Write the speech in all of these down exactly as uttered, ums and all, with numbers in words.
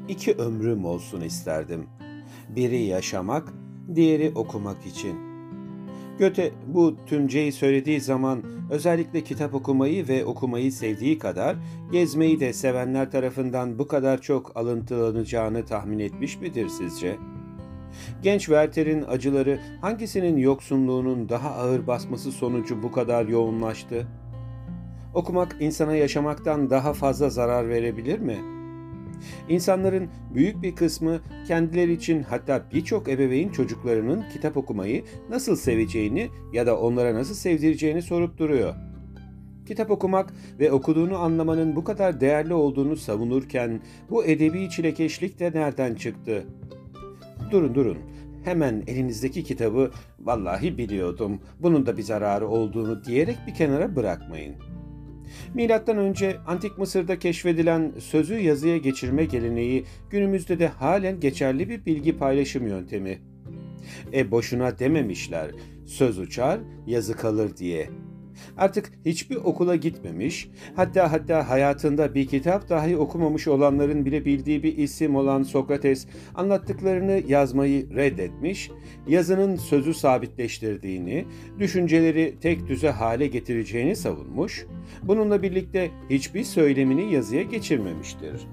İki ömrüm olsun isterdim. Biri yaşamak, diğeri okumak için. Göte bu tümceyi söylediği zaman özellikle kitap okumayı ve okumayı sevdiği kadar gezmeyi de sevenler tarafından bu kadar çok alıntılanacağını tahmin etmiş midir sizce? Genç Werther'in acıları hangisinin yoksunluğunun daha ağır basması sonucu bu kadar yoğunlaştı? Okumak insana yaşamaktan daha fazla zarar verebilir mi? İnsanların büyük bir kısmı kendileri için, hatta birçok ebeveyn çocuklarının kitap okumayı nasıl seveceğini ya da onlara nasıl sevdireceğini sorup duruyor. Kitap okumak ve okuduğunu anlamanın bu kadar değerli olduğunu savunurken bu edebi çilekeşlik de nereden çıktı? Durun durun. Hemen elinizdeki kitabı "vallahi biliyordum, bunun da bir zararı olduğunu" diyerek bir kenara bırakmayın. Milattan önce Antik Mısır'da keşfedilen sözü yazıya geçirme geleneği günümüzde de halen geçerli bir bilgi paylaşım yöntemi. E boşuna dememişler, söz uçar, yazı kalır diye. Artık hiçbir okula gitmemiş, hatta hatta hayatında bir kitap dahi okumamış olanların bile bildiği bir isim olan Sokrates, anlattıklarını yazmayı reddetmiş, yazının sözü sabitleştirdiğini, düşünceleri tek düze hale getireceğini savunmuş, bununla birlikte hiçbir söylemini yazıya geçirmemiştir.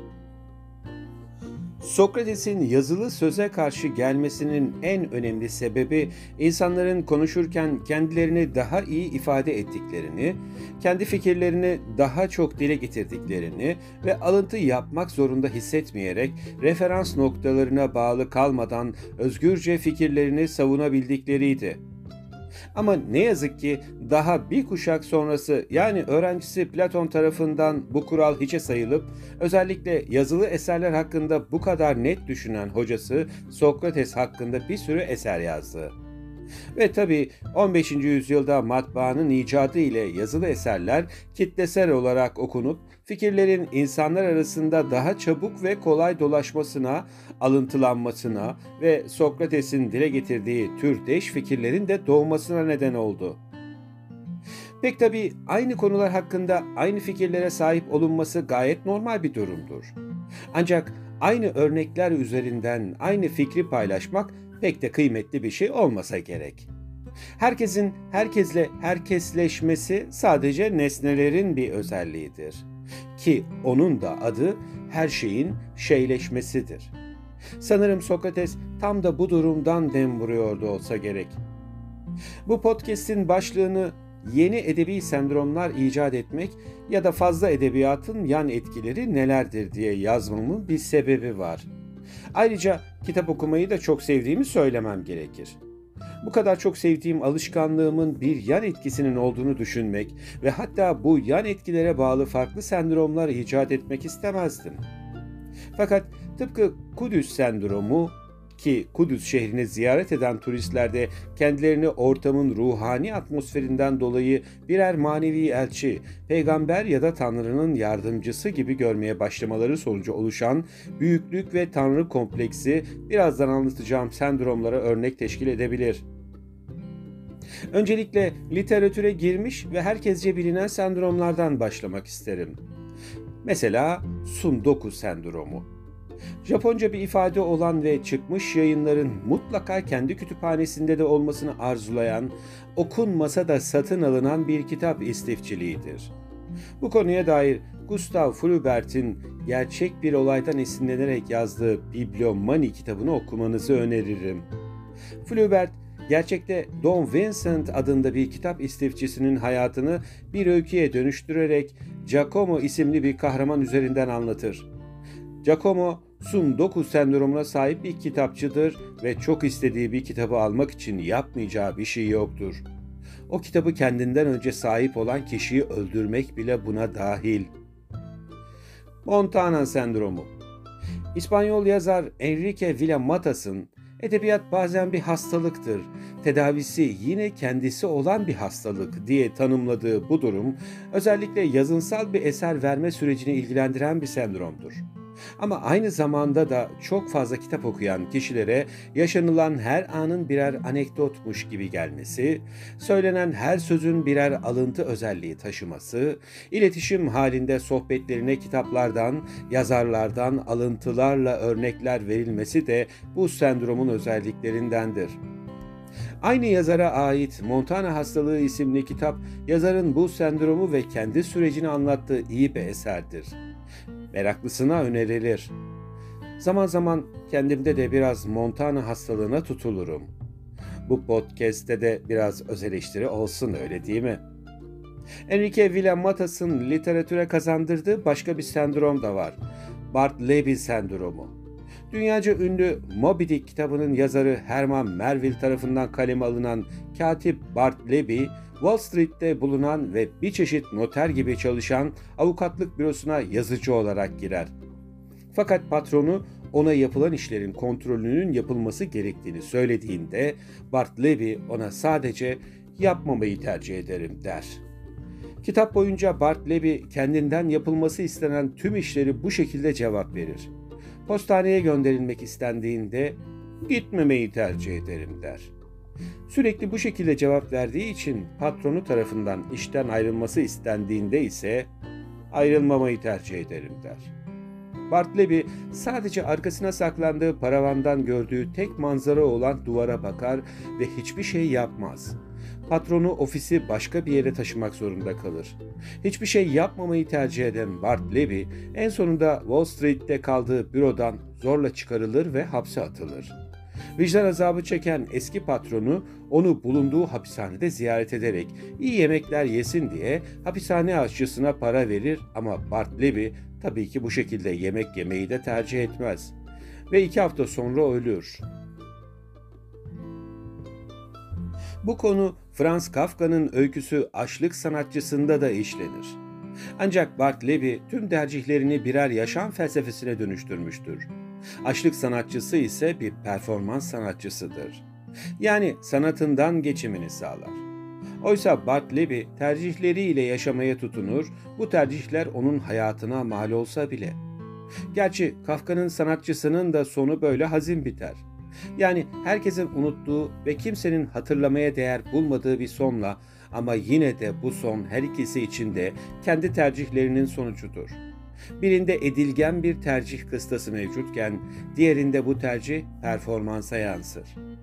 Sokrates'in yazılı söze karşı gelmesinin en önemli sebebi, insanların konuşurken kendilerini daha iyi ifade ettiklerini, kendi fikirlerini daha çok dile getirdiklerini ve alıntı yapmak zorunda hissetmeyerek referans noktalarına bağlı kalmadan özgürce fikirlerini savunabildikleriydi. Ama ne yazık ki daha bir kuşak sonrası, yani öğrencisi Platon tarafından bu kural hiçe sayılıp özellikle yazılı eserler hakkında bu kadar net düşünen hocası Sokrates hakkında bir sürü eser yazdı. Ve tabii on beşinci yüzyılda matbaanın icadı ile yazılı eserler kitlesel olarak okunup fikirlerin insanlar arasında daha çabuk ve kolay dolaşmasına, alıntılanmasına ve Sokrates'in dile getirdiği türdeş fikirlerin de doğmasına neden oldu. Pek tabii aynı konular hakkında aynı fikirlere sahip olunması gayet normal bir durumdur. Ancak aynı örnekler üzerinden aynı fikri paylaşmak pek de kıymetli bir şey olmasa gerek. Herkesin herkesle herkesleşmesi sadece nesnelerin bir özelliğidir. Ki onun da adı her şeyin şeyleşmesidir. Sanırım Sokrates tam da bu durumdan dem vuruyordu olsa gerek. Bu podcast'in başlığını "Yeni edebi sendromlar icat etmek ya da fazla edebiyatın yan etkileri nelerdir?" diye yazmamın bir sebebi var. Ayrıca kitap okumayı da çok sevdiğimi söylemem gerekir. Bu kadar çok sevdiğim alışkanlığımın bir yan etkisinin olduğunu düşünmek ve hatta bu yan etkilere bağlı farklı sendromlar icat etmek istemezdim. Fakat tıpkı Kudüs sendromu, ki Kudüs şehrini ziyaret eden turistlerde kendilerini ortamın ruhani atmosferinden dolayı birer manevi elçi, peygamber ya da Tanrı'nın yardımcısı gibi görmeye başlamaları sonucu oluşan büyüklük ve Tanrı kompleksi, birazdan anlatacağım sendromlara örnek teşkil edebilir. Öncelikle literatüre girmiş ve herkesce bilinen sendromlardan başlamak isterim. Mesela Sundoku sendromu. Japonca bir ifade olan ve çıkmış yayınların mutlaka kendi kütüphanesinde de olmasını arzulayan, okunmasa da satın alınan bir kitap istifçiliğidir. Bu konuya dair Gustav Flaubert'in gerçek bir olaydan esinlenerek yazdığı Bibliomani kitabını okumanızı öneririm. Flaubert, gerçekte Don Vincent adında bir kitap istifçisinin hayatını bir öyküye dönüştürerek Giacomo isimli bir kahraman üzerinden anlatır. Giacomo, Sundoku sendromuna sahip bir kitapçıdır ve çok istediği bir kitabı almak için yapmayacağı bir şey yoktur. O kitabı kendinden önce sahip olan kişiyi öldürmek bile buna dahil. Montana sendromu. İspanyol yazar Enrique Villa-Matas'ın "Edebiyat bazen bir hastalıktır, tedavisi yine kendisi olan bir hastalık" diye tanımladığı bu durum, özellikle yazınsal bir eser verme sürecini ilgilendiren bir sendromdur. Ama aynı zamanda da çok fazla kitap okuyan kişilere yaşanılan her anın birer anekdotmuş gibi gelmesi, söylenen her sözün birer alıntı özelliği taşıması, iletişim halinde sohbetlerine kitaplardan, yazarlardan alıntılarla örnekler verilmesi de bu sendromun özelliklerindendir. Aynı yazara ait Montana Hastalığı isimli kitap, yazarın bu sendromu ve kendi sürecini anlattığı iyi bir eserdir. Meraklısına önerilir. Zaman zaman kendimde de biraz Montana hastalığına tutulurum. Bu podcast'te de biraz öz eleştiri olsun, öyle değil mi? Enrique Villar-Matas'ın literatüre kazandırdığı başka bir sendrom da var. Bartleby sendromu. Dünyaca ünlü Moby Dick kitabının yazarı Herman Melville tarafından kaleme alınan katip Bartleby, Wall Street'te bulunan ve bir çeşit noter gibi çalışan avukatlık bürosuna yazıcı olarak girer. Fakat patronu ona yapılan işlerin kontrolünün yapılması gerektiğini söylediğinde Bartleby ona sadece "yapmamayı tercih ederim" der. Kitap boyunca Bartleby kendinden yapılması istenen tüm işleri bu şekilde cevap verir. Postaneye gönderilmek istendiğinde "gitmemeyi tercih ederim" der. Sürekli bu şekilde cevap verdiği için patronu tarafından işten ayrılması istendiğinde ise "ayrılmamayı tercih ederim" der. Bartleby sadece arkasına saklandığı paravandan gördüğü tek manzara olan duvara bakar ve hiçbir şey yapmaz. Patronu ofisi başka bir yere taşımak zorunda kalır. Hiçbir şey yapmamayı tercih eden Bartleby en sonunda Wall Street'te kaldığı bürodan zorla çıkarılır ve hapse atılır. Vicdan azabı çeken eski patronu onu bulunduğu hapishanede ziyaret ederek iyi yemekler yesin diye hapishane aşçısına para verir, ama Bartleby tabii ki bu şekilde yemek yemeyi de tercih etmez ve iki hafta sonra ölür. Bu konu Franz Kafka'nın öyküsü Açlık Sanatçısı'nda da işlenir. Ancak Bartleby tüm tercihlerini birer yaşam felsefesine dönüştürmüştür. Açlık sanatçısı ise bir performans sanatçısıdır. Yani sanatından geçimini sağlar. Oysa Bartleby tercihleriyle yaşamaya tutunur, bu tercihler onun hayatına mal olsa bile. Gerçi Kafka'nın sanatçısının da sonu böyle hazin biter. Yani herkesin unuttuğu ve kimsenin hatırlamaya değer bulmadığı bir sonla, ama yine de bu son her ikisi için de kendi tercihlerinin sonucudur. Birinde edilgen bir tercih kıstası mevcutken diğerinde bu tercih performansa yansır.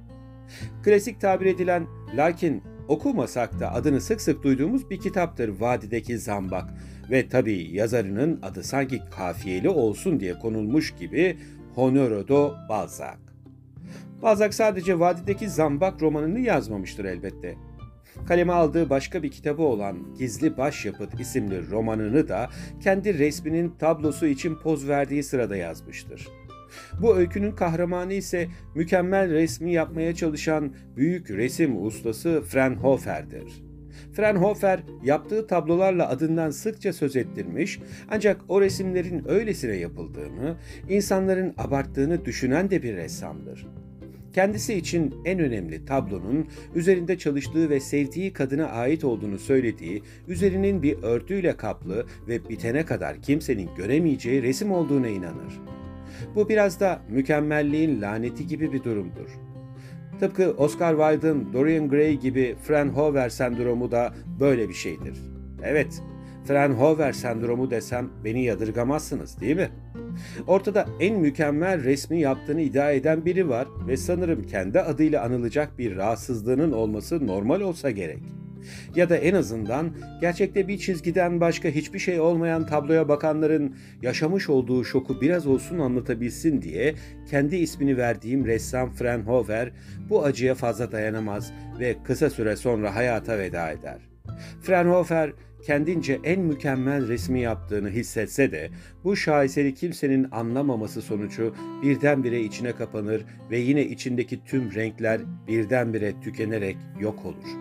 Klasik tabir edilen, lakin okumasak da adını sık sık duyduğumuz bir kitaptır Vadideki Zambak ve tabii yazarının adı sanki kafiyeli olsun diye konulmuş gibi Honoré de Balzac. Balzac sadece Vadideki Zambak romanını yazmamıştır elbette. Kaleme aldığı başka bir kitabı olan Gizli Başyapıt isimli romanını da kendi resminin tablosu için poz verdiği sırada yazmıştır. Bu öykünün kahramanı ise mükemmel resmi yapmaya çalışan büyük resim ustası Fraunhofer'dir. Fraunhofer yaptığı tablolarla adından sıkça söz ettirmiş, ancak o resimlerin öylesine yapıldığını, insanların abarttığını düşünen de bir ressamdır. Kendisi için en önemli tablonun üzerinde çalıştığı ve sevdiği kadına ait olduğunu söylediği, üzerinin bir örtüyle kaplı ve bitene kadar kimsenin göremeyeceği resim olduğuna inanır. Bu biraz da mükemmelliğin laneti gibi bir durumdur. Tıpkı Oscar Wilde'ın Dorian Gray gibi Fraunhofer sendromu da böyle bir şeydir. Evet, Fraunhofer sendromu desem beni yadırgamazsınız, değil mi? Ortada en mükemmel resmi yaptığını iddia eden biri var ve sanırım kendi adıyla anılacak bir rahatsızlığının olması normal olsa gerek. Ya da en azından gerçekte bir çizgiden başka hiçbir şey olmayan tabloya bakanların yaşamış olduğu şoku biraz olsun anlatabilsin diye kendi ismini verdiğim ressam Fraunhofer bu acıya fazla dayanamaz ve kısa süre sonra hayata veda eder. Fraunhofer kendince en mükemmel resmi yaptığını hissetse de bu şaheseri kimsenin anlamaması sonucu birdenbire içine kapanır ve yine içindeki tüm renkler birdenbire tükenerek yok olur.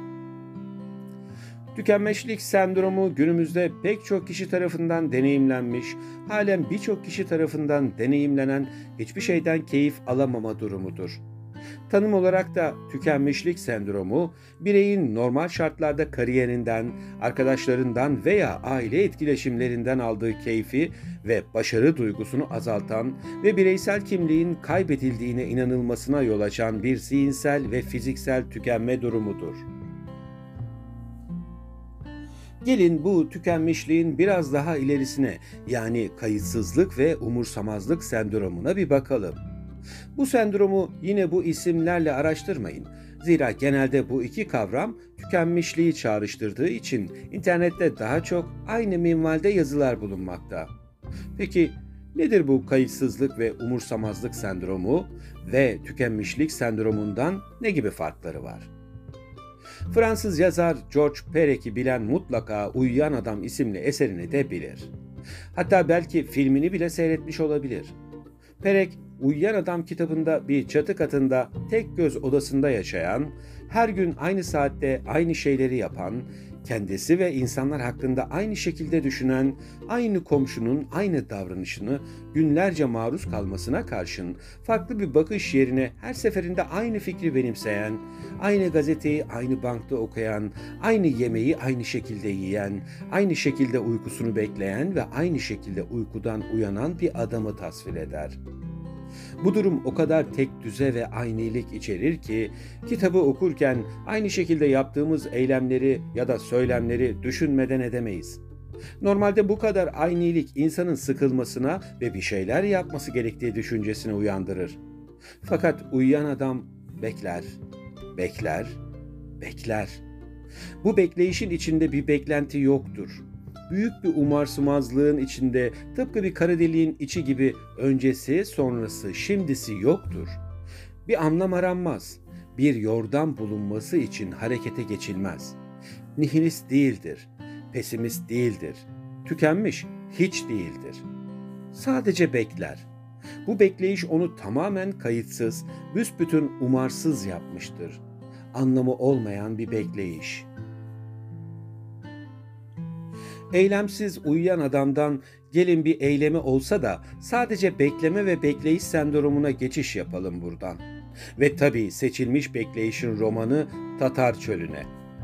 Tükenmişlik sendromu günümüzde pek çok kişi tarafından deneyimlenmiş, halen birçok kişi tarafından deneyimlenen hiçbir şeyden keyif alamama durumudur. Tanım olarak da tükenmişlik sendromu, bireyin normal şartlarda kariyerinden, arkadaşlarından veya aile etkileşimlerinden aldığı keyfi ve başarı duygusunu azaltan ve bireysel kimliğin kaybedildiğine inanılmasına yol açan bir zihinsel ve fiziksel tükenme durumudur. Gelin bu tükenmişliğin biraz daha ilerisine, yani kayıtsızlık ve umursamazlık sendromuna bir bakalım. Bu sendromu yine bu isimlerle araştırmayın. Zira genelde bu iki kavram tükenmişliği çağrıştırdığı için internette daha çok aynı minvalde yazılar bulunmakta. Peki nedir bu kayıtsızlık ve umursamazlık sendromu ve tükenmişlik sendromundan ne gibi farkları var? Fransız yazar George Perec'i bilen mutlaka Uyuyan Adam isimli eserini de bilir. Hatta belki filmini bile seyretmiş olabilir. Perec, Uyuyan Adam kitabında bir çatı katında tek göz odasında yaşayan, her gün aynı saatte aynı şeyleri yapan, kendisi ve insanlar hakkında aynı şekilde düşünen, aynı komşunun aynı davranışını günlerce maruz kalmasına karşın farklı bir bakış yerine her seferinde aynı fikri benimseyen, aynı gazeteyi aynı bankta okuyan, aynı yemeği aynı şekilde yiyen, aynı şekilde uykusunu bekleyen ve aynı şekilde uykudan uyanan bir adamı tasvir eder. Bu durum o kadar tek düze ve aynilik içerir ki, kitabı okurken aynı şekilde yaptığımız eylemleri ya da söylemleri düşünmeden edemeyiz. Normalde bu kadar aynilik insanın sıkılmasına ve bir şeyler yapması gerektiği düşüncesini uyandırır. Fakat uyuyan adam bekler, bekler, bekler. Bu bekleyişin içinde bir beklenti yoktur. Büyük bir umarsızlığın içinde, tıpkı bir kara deliğin içi gibi öncesi, sonrası, şimdisi yoktur. Bir anlam aranmaz. Bir yordam bulunması için harekete geçilmez. Nihilist değildir. Pesimist değildir. Tükenmiş hiç değildir. Sadece bekler. Bu bekleyiş onu tamamen kayıtsız, büsbütün umarsız yapmıştır. Anlamı olmayan bir bekleyiş. Eylemsiz uyuyan adamdan gelin bir eylemi olsa da sadece bekleme ve bekleyiş sendromuna geçiş yapalım buradan. Ve tabii seçilmiş bekleyişin romanı Tatar Çölü'ne.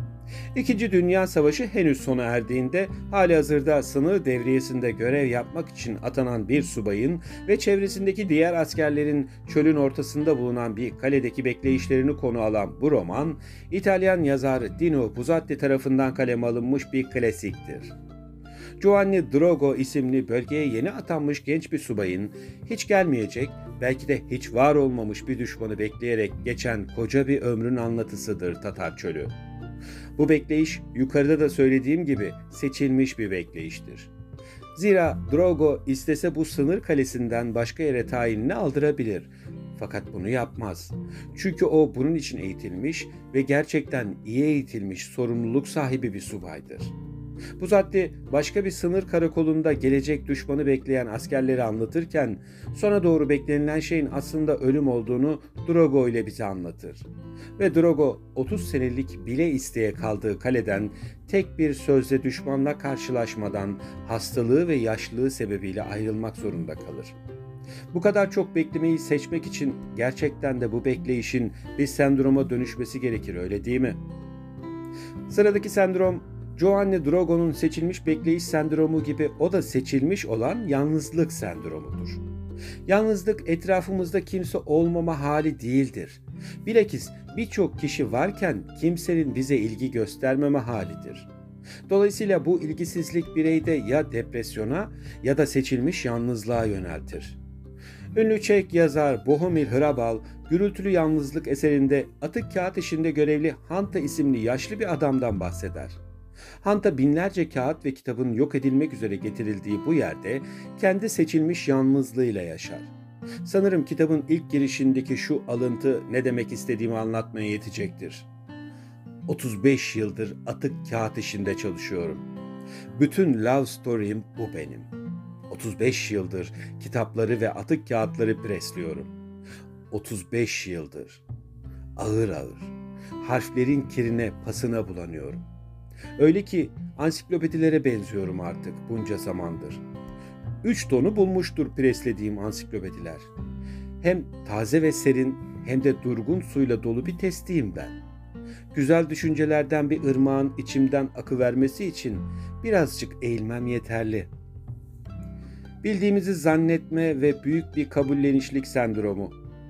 İkinci Dünya Savaşı henüz sona erdiğinde halihazırda sınır devriyesinde görev yapmak için atanan bir subayın ve çevresindeki diğer askerlerin çölün ortasında bulunan bir kaledeki bekleyişlerini konu alan bu roman, İtalyan yazar Dino Buzzati tarafından kaleme alınmış bir klasiktir. Giovanni Drogo isimli bölgeye yeni atanmış genç bir subayın hiç gelmeyecek, belki de hiç var olmamış bir düşmanı bekleyerek geçen koca bir ömrün anlatısıdır Tatar Çölü. Bu bekleyiş yukarıda da söylediğim gibi seçilmiş bir bekleyiştir. Zira Drogo istese bu sınır kalesinden başka yere tayinini aldırabilir. Fakat bunu yapmaz. Çünkü o bunun için eğitilmiş ve gerçekten iyi eğitilmiş, sorumluluk sahibi bir subaydır. Buzzati başka bir sınır karakolunda gelecek düşmanı bekleyen askerleri anlatırken sona doğru beklenilen şeyin aslında ölüm olduğunu Drogo ile bize anlatır. Ve Drogo otuz senelik bile isteye kaldığı kaleden tek bir sözle düşmanla karşılaşmadan hastalığı ve yaşlılığı sebebiyle ayrılmak zorunda kalır. Bu kadar çok beklemeyi seçmek için gerçekten de bu bekleyişin bir sendroma dönüşmesi gerekir, öyle değil mi? Sıradaki sendrom, Giovanni Drogo'nun seçilmiş bekleyiş sendromu gibi o da seçilmiş olan yalnızlık sendromudur. Yalnızlık etrafımızda kimse olmama hali değildir. Bilakis birçok kişi varken kimsenin bize ilgi göstermeme halidir. Dolayısıyla bu ilgisizlik bireyde ya depresyona ya da seçilmiş yalnızlığa yöneltir. Ünlü Çek yazar Bohumil Hrabal, Gürültülü Yalnızlık eserinde atık kağıt işinde görevli Hanta isimli yaşlı bir adamdan bahseder. Hanta binlerce kağıt ve kitabın yok edilmek üzere getirildiği bu yerde kendi seçilmiş yalnızlığıyla yaşar. Sanırım kitabın ilk girişindeki şu alıntı ne demek istediğimi anlatmaya yetecektir. otuz beş yıldır atık kağıt işinde çalışıyorum. Bütün love story'im bu benim. otuz beş yıldır kitapları ve atık kağıtları presliyorum. otuz beş yıldır. Ağır ağır. Harflerin kirine, pasına bulanıyorum. Öyle ki ansiklopedilere benziyorum artık bunca zamandır. Üç tonu bulmuştur preslediğim ansiklopediler. Hem taze ve serin hem de durgun suyla dolu bir testiyim ben. Güzel düşüncelerden bir ırmağın içimden akıvermesi için birazcık eğilmem yeterli. Bildiğimizi zannetme ve büyük bir kabullenişlik sendromu.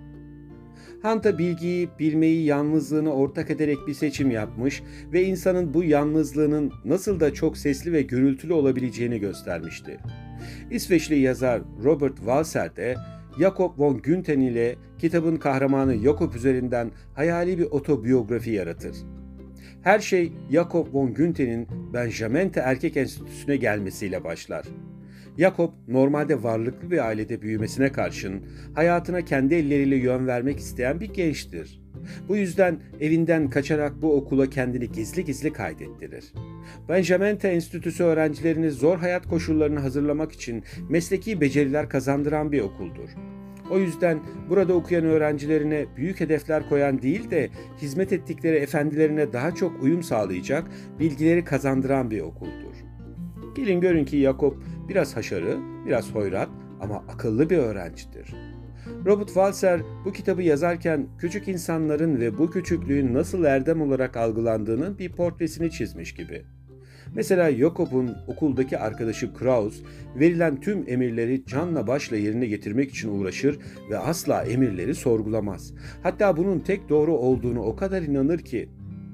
Hanta bilgiyi, bilmeyi, yalnızlığını ortak ederek bir seçim yapmış ve insanın bu yalnızlığının nasıl da çok sesli ve gürültülü olabileceğini göstermişti. İsveçli yazar Robert Walser de Jakob von Günthen ile kitabın kahramanı Jakob üzerinden hayali bir otobiyografi yaratır. Her şey Jakob von Günthen'in Benjaminte Erkek Enstitüsü'ne gelmesiyle başlar. Jakob normalde varlıklı bir ailede büyümesine karşın hayatına kendi elleriyle yön vermek isteyen bir gençtir. Bu yüzden evinden kaçarak bu okula kendini gizli gizli kaydettirir. Benjaminte Enstitüsü öğrencilerini zor hayat koşullarına hazırlamak için mesleki beceriler kazandıran bir okuldur. O yüzden burada okuyan öğrencilerine büyük hedefler koyan değil de hizmet ettikleri efendilerine daha çok uyum sağlayacak bilgileri kazandıran bir okuldur. Gelin görün ki Jakob biraz haşarı, biraz hoyrat ama akıllı bir öğrencidir. Robert Walser bu kitabı yazarken küçük insanların ve bu küçüklüğün nasıl erdem olarak algılandığının bir portresini çizmiş gibi. Mesela Jakob'un okuldaki arkadaşı Kraus, verilen tüm emirleri canla başla yerine getirmek için uğraşır ve asla emirleri sorgulamaz. Hatta bunun tek doğru olduğunu o kadar inanır ki,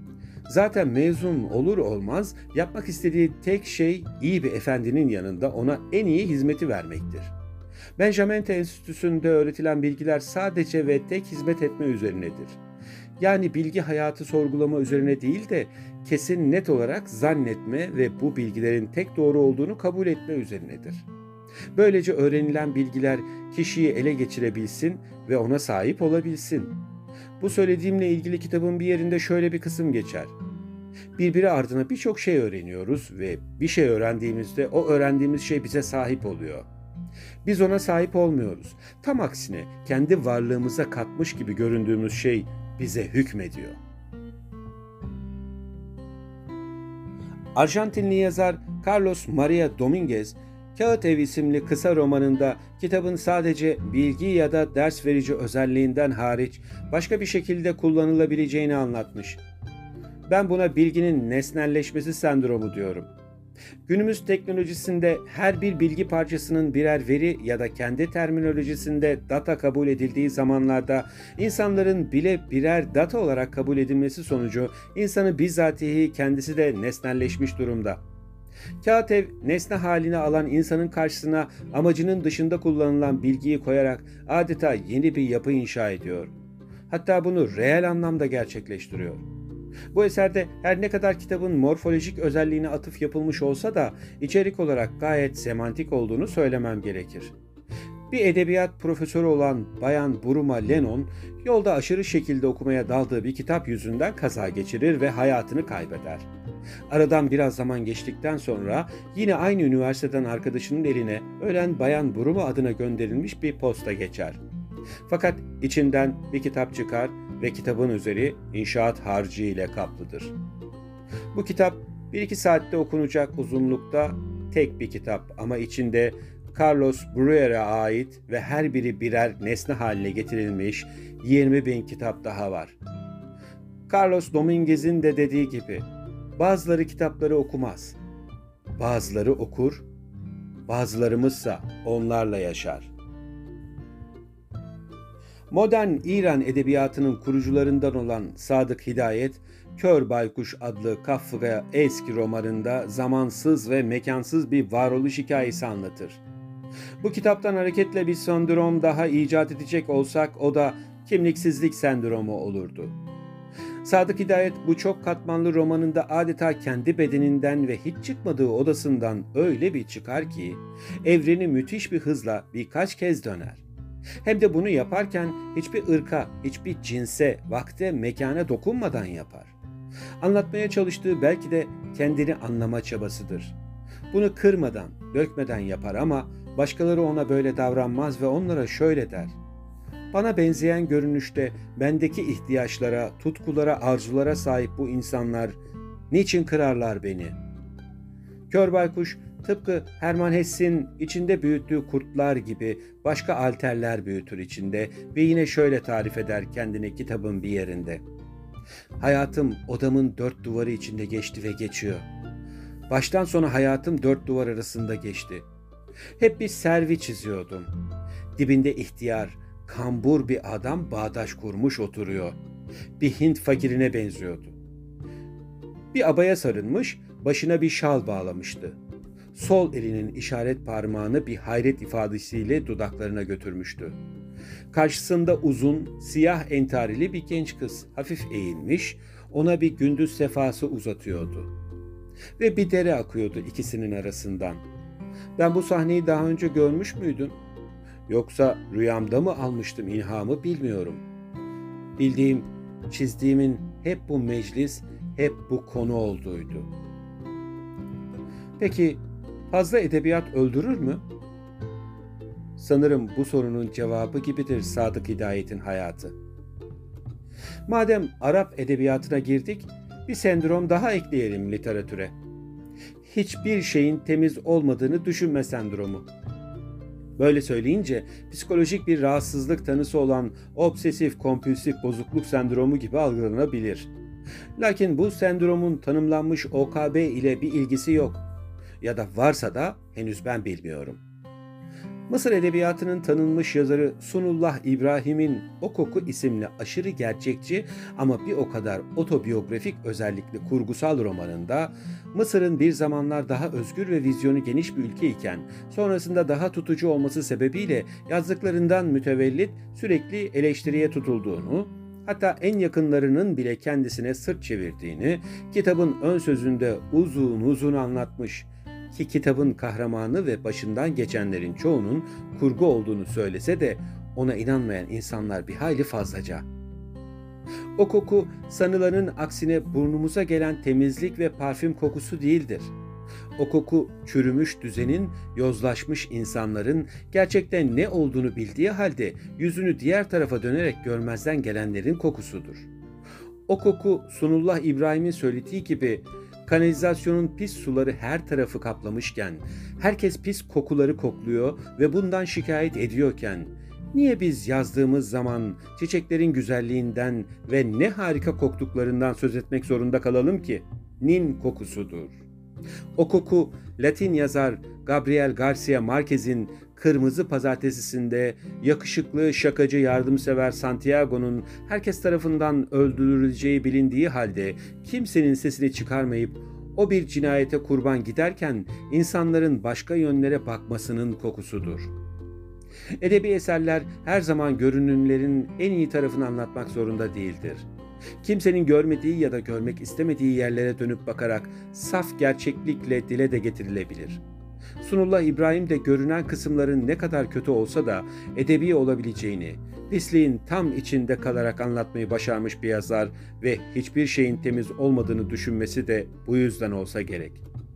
zaten mezun olur olmaz yapmak istediği tek şey iyi bir efendinin yanında ona en iyi hizmeti vermektir. Benjaminte Enstitüsü'nde öğretilen bilgiler sadece ve tek hizmet etme üzerinedir. Yani bilgi hayatı sorgulama üzerine değil de kesin net olarak zannetme ve bu bilgilerin tek doğru olduğunu kabul etme üzerinedir. Böylece öğrenilen bilgiler kişiyi ele geçirebilsin ve ona sahip olabilsin. Bu söylediğimle ilgili kitabın bir yerinde şöyle bir kısım geçer. Birbiri ardına birçok şey öğreniyoruz ve bir şey öğrendiğimizde o öğrendiğimiz şey bize sahip oluyor. Biz ona sahip olmuyoruz. Tam aksine kendi varlığımıza katmış gibi göründüğümüz şey bize hükmediyor. Arjantinli yazar Carlos Maria Dominguez, Kağıt Ev isimli kısa romanında kitabın sadece bilgi ya da ders verici özelliğinden hariç başka bir şekilde kullanılabileceğini anlatmış. Ben buna bilginin nesnelleşmesi sendromu diyorum. Günümüz teknolojisinde her bir bilgi parçasının birer veri ya da kendi terminolojisinde data kabul edildiği zamanlarda insanların bile birer data olarak kabul edilmesi sonucu insanı bizatihi kendisi de nesnelleşmiş durumda. Kağıt ev, nesne halini alan insanın karşısına amacının dışında kullanılan bilgiyi koyarak adeta yeni bir yapı inşa ediyor. Hatta bunu reel anlamda gerçekleştiriyor. Bu eserde her ne kadar kitabın morfolojik özelliğine atıf yapılmış olsa da içerik olarak gayet semantik olduğunu söylemem gerekir. Bir edebiyat profesörü olan Bayan Buruma Lennon, yolda aşırı şekilde okumaya daldığı bir kitap yüzünden kaza geçirir ve hayatını kaybeder. Aradan biraz zaman geçtikten sonra yine aynı üniversiteden arkadaşının eline ölen Bayan Buruma adına gönderilmiş bir posta geçer. Fakat içinden bir kitap çıkar ve kitabın üzeri inşaat harcı ile kaplıdır. Bu kitap bir iki saatte okunacak uzunlukta tek bir kitap ama içinde Carlos Breuer'e ait ve her biri birer nesne haline getirilmiş yirmi bin kitap daha var. Carlos Dominguez'in de dediği gibi, bazıları kitapları okumaz, bazıları okur, bazılarımızsa onlarla yaşar. Modern İran edebiyatının kurucularından olan Sadık Hidayet, Kör Baykuş adlı Kafka eski romanında zamansız ve mekansız bir varoluş hikayesi anlatır. Bu kitaptan hareketle bir sendrom daha icat edecek olsak o da kimliksizlik sendromu olurdu. Sadık Hidayet bu çok katmanlı romanında adeta kendi bedeninden ve hiç çıkmadığı odasından öyle bir çıkar ki evreni müthiş bir hızla birkaç kez döner. Hem de bunu yaparken hiçbir ırka, hiçbir cinse, vakte, mekana dokunmadan yapar. Anlatmaya çalıştığı belki de kendini anlama çabasıdır. Bunu kırmadan, dökmeden yapar ama başkaları ona böyle davranmaz ve onlara şöyle der. Bana benzeyen görünüşte bendeki ihtiyaçlara, tutkulara, arzulara sahip bu insanlar niçin kırarlar beni? Kör Baykuş Tıpkı Hermann Hesse'in içinde büyüttüğü kurtlar gibi başka alterler büyütür içinde ve yine şöyle tarif eder kendini kitabın bir yerinde. Hayatım odamın dört duvarı içinde geçti ve geçiyor. Baştan sona hayatım dört duvar arasında geçti. Hep bir servi çiziyordum. Dibinde ihtiyar, kambur bir adam bağdaş kurmuş oturuyor. Bir Hint fakirine benziyordu. Bir abaya sarılmış, başına bir şal bağlamıştı. Sol elinin işaret parmağını bir hayret ifadesiyle dudaklarına götürmüştü. Karşısında uzun, siyah entarili bir genç kız hafif eğilmiş, ona bir gündüz sefası uzatıyordu. Ve bir dere akıyordu ikisinin arasından. Ben bu sahneyi daha önce görmüş müydüm? Yoksa rüyamda mı almıştım ilhamı bilmiyorum. Bildiğim, çizdiğimin hep bu meclis, hep bu konu olduğuydu. Peki fazla edebiyat öldürür mü? Sanırım bu sorunun cevabı gibidir Sadık Hidayet'in hayatı. Madem Arap edebiyatına girdik, bir sendrom daha ekleyelim literatüre. Hiçbir şeyin temiz olmadığını düşünme sendromu. Böyle söyleyince psikolojik bir rahatsızlık tanısı olan obsesif kompulsif bozukluk sendromu gibi algılanabilir. Lakin bu sendromun tanımlanmış O K B ile bir ilgisi yok. Ya da varsa da henüz ben bilmiyorum. Mısır edebiyatının tanınmış yazarı Sunullah İbrahim'in O Koku isimli aşırı gerçekçi ama bir o kadar otobiyografik özellikli kurgusal romanında Mısır'ın bir zamanlar daha özgür ve vizyonu geniş bir ülke iken sonrasında daha tutucu olması sebebiyle yazdıklarından mütevellit sürekli eleştiriye tutulduğunu, hatta en yakınlarının bile kendisine sırt çevirdiğini kitabın ön sözünde uzun uzun anlatmış ki kitabın kahramanı ve başından geçenlerin çoğunun kurgu olduğunu söylese de ona inanmayan insanlar bir hayli fazlaca. O koku sanılanın aksine burnumuza gelen temizlik ve parfüm kokusu değildir. O koku çürümüş düzenin, yozlaşmış insanların gerçekten ne olduğunu bildiği halde yüzünü diğer tarafa dönerek görmezden gelenlerin kokusudur. O koku Sunullah İbrahim'in söylediği gibi kanalizasyonun pis suları her tarafı kaplamışken, herkes pis kokuları kokluyor ve bundan şikayet ediyorken, niye biz yazdığımız zaman çiçeklerin güzelliğinden ve ne harika koktuklarından söz etmek zorunda kalalım ki? Nin kokusudur. O koku, Latin yazar Gabriel Garcia Marquez'in Kırmızı Pazartesisi'nde yakışıklı, şakacı, yardımsever Santiago'nun herkes tarafından öldürüleceği bilindiği halde kimsenin sesini çıkarmayıp o bir cinayete kurban giderken insanların başka yönlere bakmasının kokusudur. Edebi eserler her zaman görünümlerin en iyi tarafını anlatmak zorunda değildir. Kimsenin görmediği ya da görmek istemediği yerlere dönüp bakarak saf gerçeklikle dile de getirilebilir. Sunullah İbrahim de görünen kısımların ne kadar kötü olsa da edebi olabileceğini, pisliğin tam içinde kalarak anlatmayı başarmış bir yazar ve hiçbir şeyin temiz olmadığını düşünmesi de bu yüzden olsa gerek.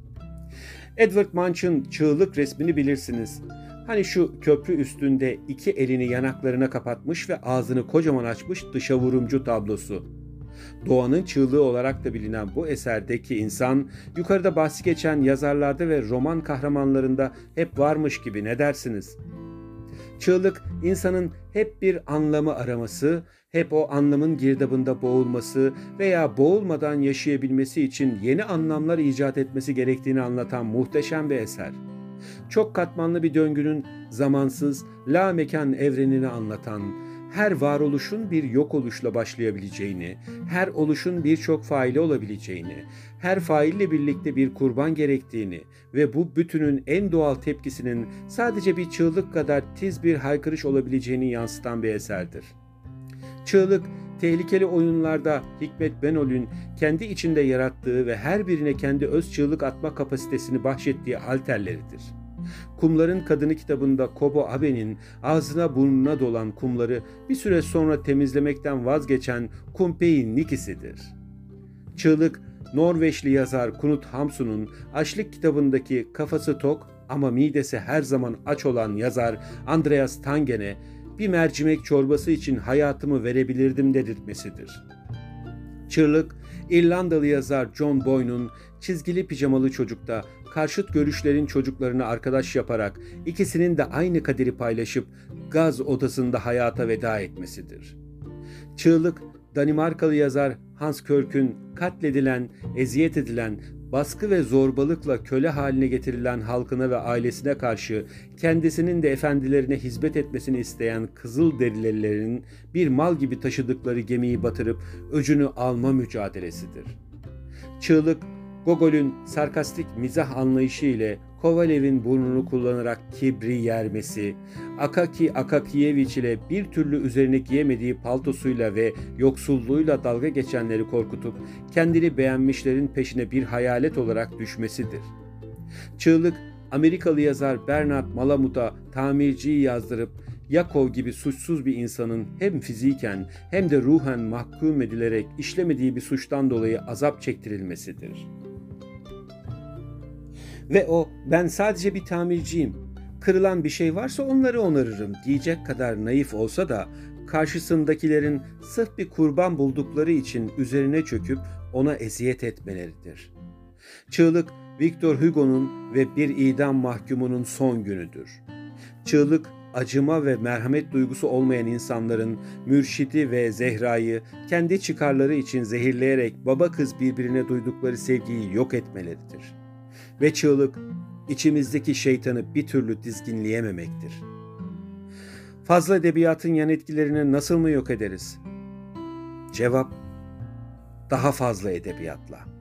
Edvard Munch'ın Çığlık resmini bilirsiniz. Hani şu köprü üstünde iki elini yanaklarına kapatmış ve ağzını kocaman açmış dışa vurumcu tablosu. Doğanın çığlığı olarak da bilinen bu eserdeki insan, yukarıda bahsi geçen yazarlarda ve roman kahramanlarında hep varmış gibi, ne dersiniz? Çığlık, insanın hep bir anlamı araması, hep o anlamın girdabında boğulması veya boğulmadan yaşayabilmesi için yeni anlamlar icat etmesi gerektiğini anlatan muhteşem bir eser. Çok katmanlı bir döngünün zamansız, la mekan evrenini anlatan, her varoluşun bir yok oluşla başlayabileceğini, her oluşun birçok faili olabileceğini, her faille birlikte bir kurban gerektiğini ve bu bütünün en doğal tepkisinin sadece bir çığlık kadar tiz bir haykırış olabileceğini yansıtan bir eserdir. Çığlık, tehlikeli oyunlarda Hikmet Benol'ün kendi içinde yarattığı ve her birine kendi öz çığlık atma kapasitesini bahşettiği alterleridir. Kumların Kadını kitabında Kobo Abe'nin ağzına burnuna dolan kumları bir süre sonra temizlemekten vazgeçen Kumpeyi Nikisi'dir. Çığlık, Norveçli yazar Knut Hamsun'un Açlık kitabındaki kafası tok ama midesi her zaman aç olan yazar Andreas Tangen'e bir mercimek çorbası için hayatımı verebilirdim dedirtmesidir. Çığlık, İrlandalı yazar John Boyne'un Çizgili Pijamalı Çocuk'ta karşıt görüşlerin çocuklarını arkadaş yaparak ikisinin de aynı kaderi paylaşıp gaz odasında hayata veda etmesidir. Çığlık, Danimarkalı yazar Hans Körk'ün katledilen, eziyet edilen, baskı ve zorbalıkla köle haline getirilen halkına ve ailesine karşı kendisinin de efendilerine hizmet etmesini isteyen Kızılderililerin bir mal gibi taşıdıkları gemiyi batırıp öcünü alma mücadelesidir. Çığlık, Gogol'ün sarkastik mizah anlayışı ile Kovalev'in burnunu kullanarak kibri yermesi, Akaki Akakiyeviç ile bir türlü üzerine giyemediği paltosuyla ve yoksulluğuyla dalga geçenleri korkutup kendini beğenmişlerin peşine bir hayalet olarak düşmesidir. Çığlık, Amerikalı yazar Bernard Malamud'a tamirciyi yazdırıp Yakov gibi suçsuz bir insanın hem fiziken hem de ruhen mahkum edilerek işlemediği bir suçtan dolayı azap çektirilmesidir. Ve o, ben sadece bir tamirciyim, kırılan bir şey varsa onları onarırım diyecek kadar naif olsa da karşısındakilerin sırf bir kurban buldukları için üzerine çöküp ona eziyet etmeleridir. Çığlık, Victor Hugo'nun ve bir idam mahkumunun son günüdür. Çığlık, acıma ve merhamet duygusu olmayan insanların Mürşid'i ve Zehra'yı kendi çıkarları için zehirleyerek baba kız birbirine duydukları sevgiyi yok etmeleridir. Ve çığlık, içimizdeki şeytanı bir türlü dizginleyememektir. Fazla edebiyatın yan etkilerini nasıl mı yok ederiz? Cevap, daha fazla edebiyatla.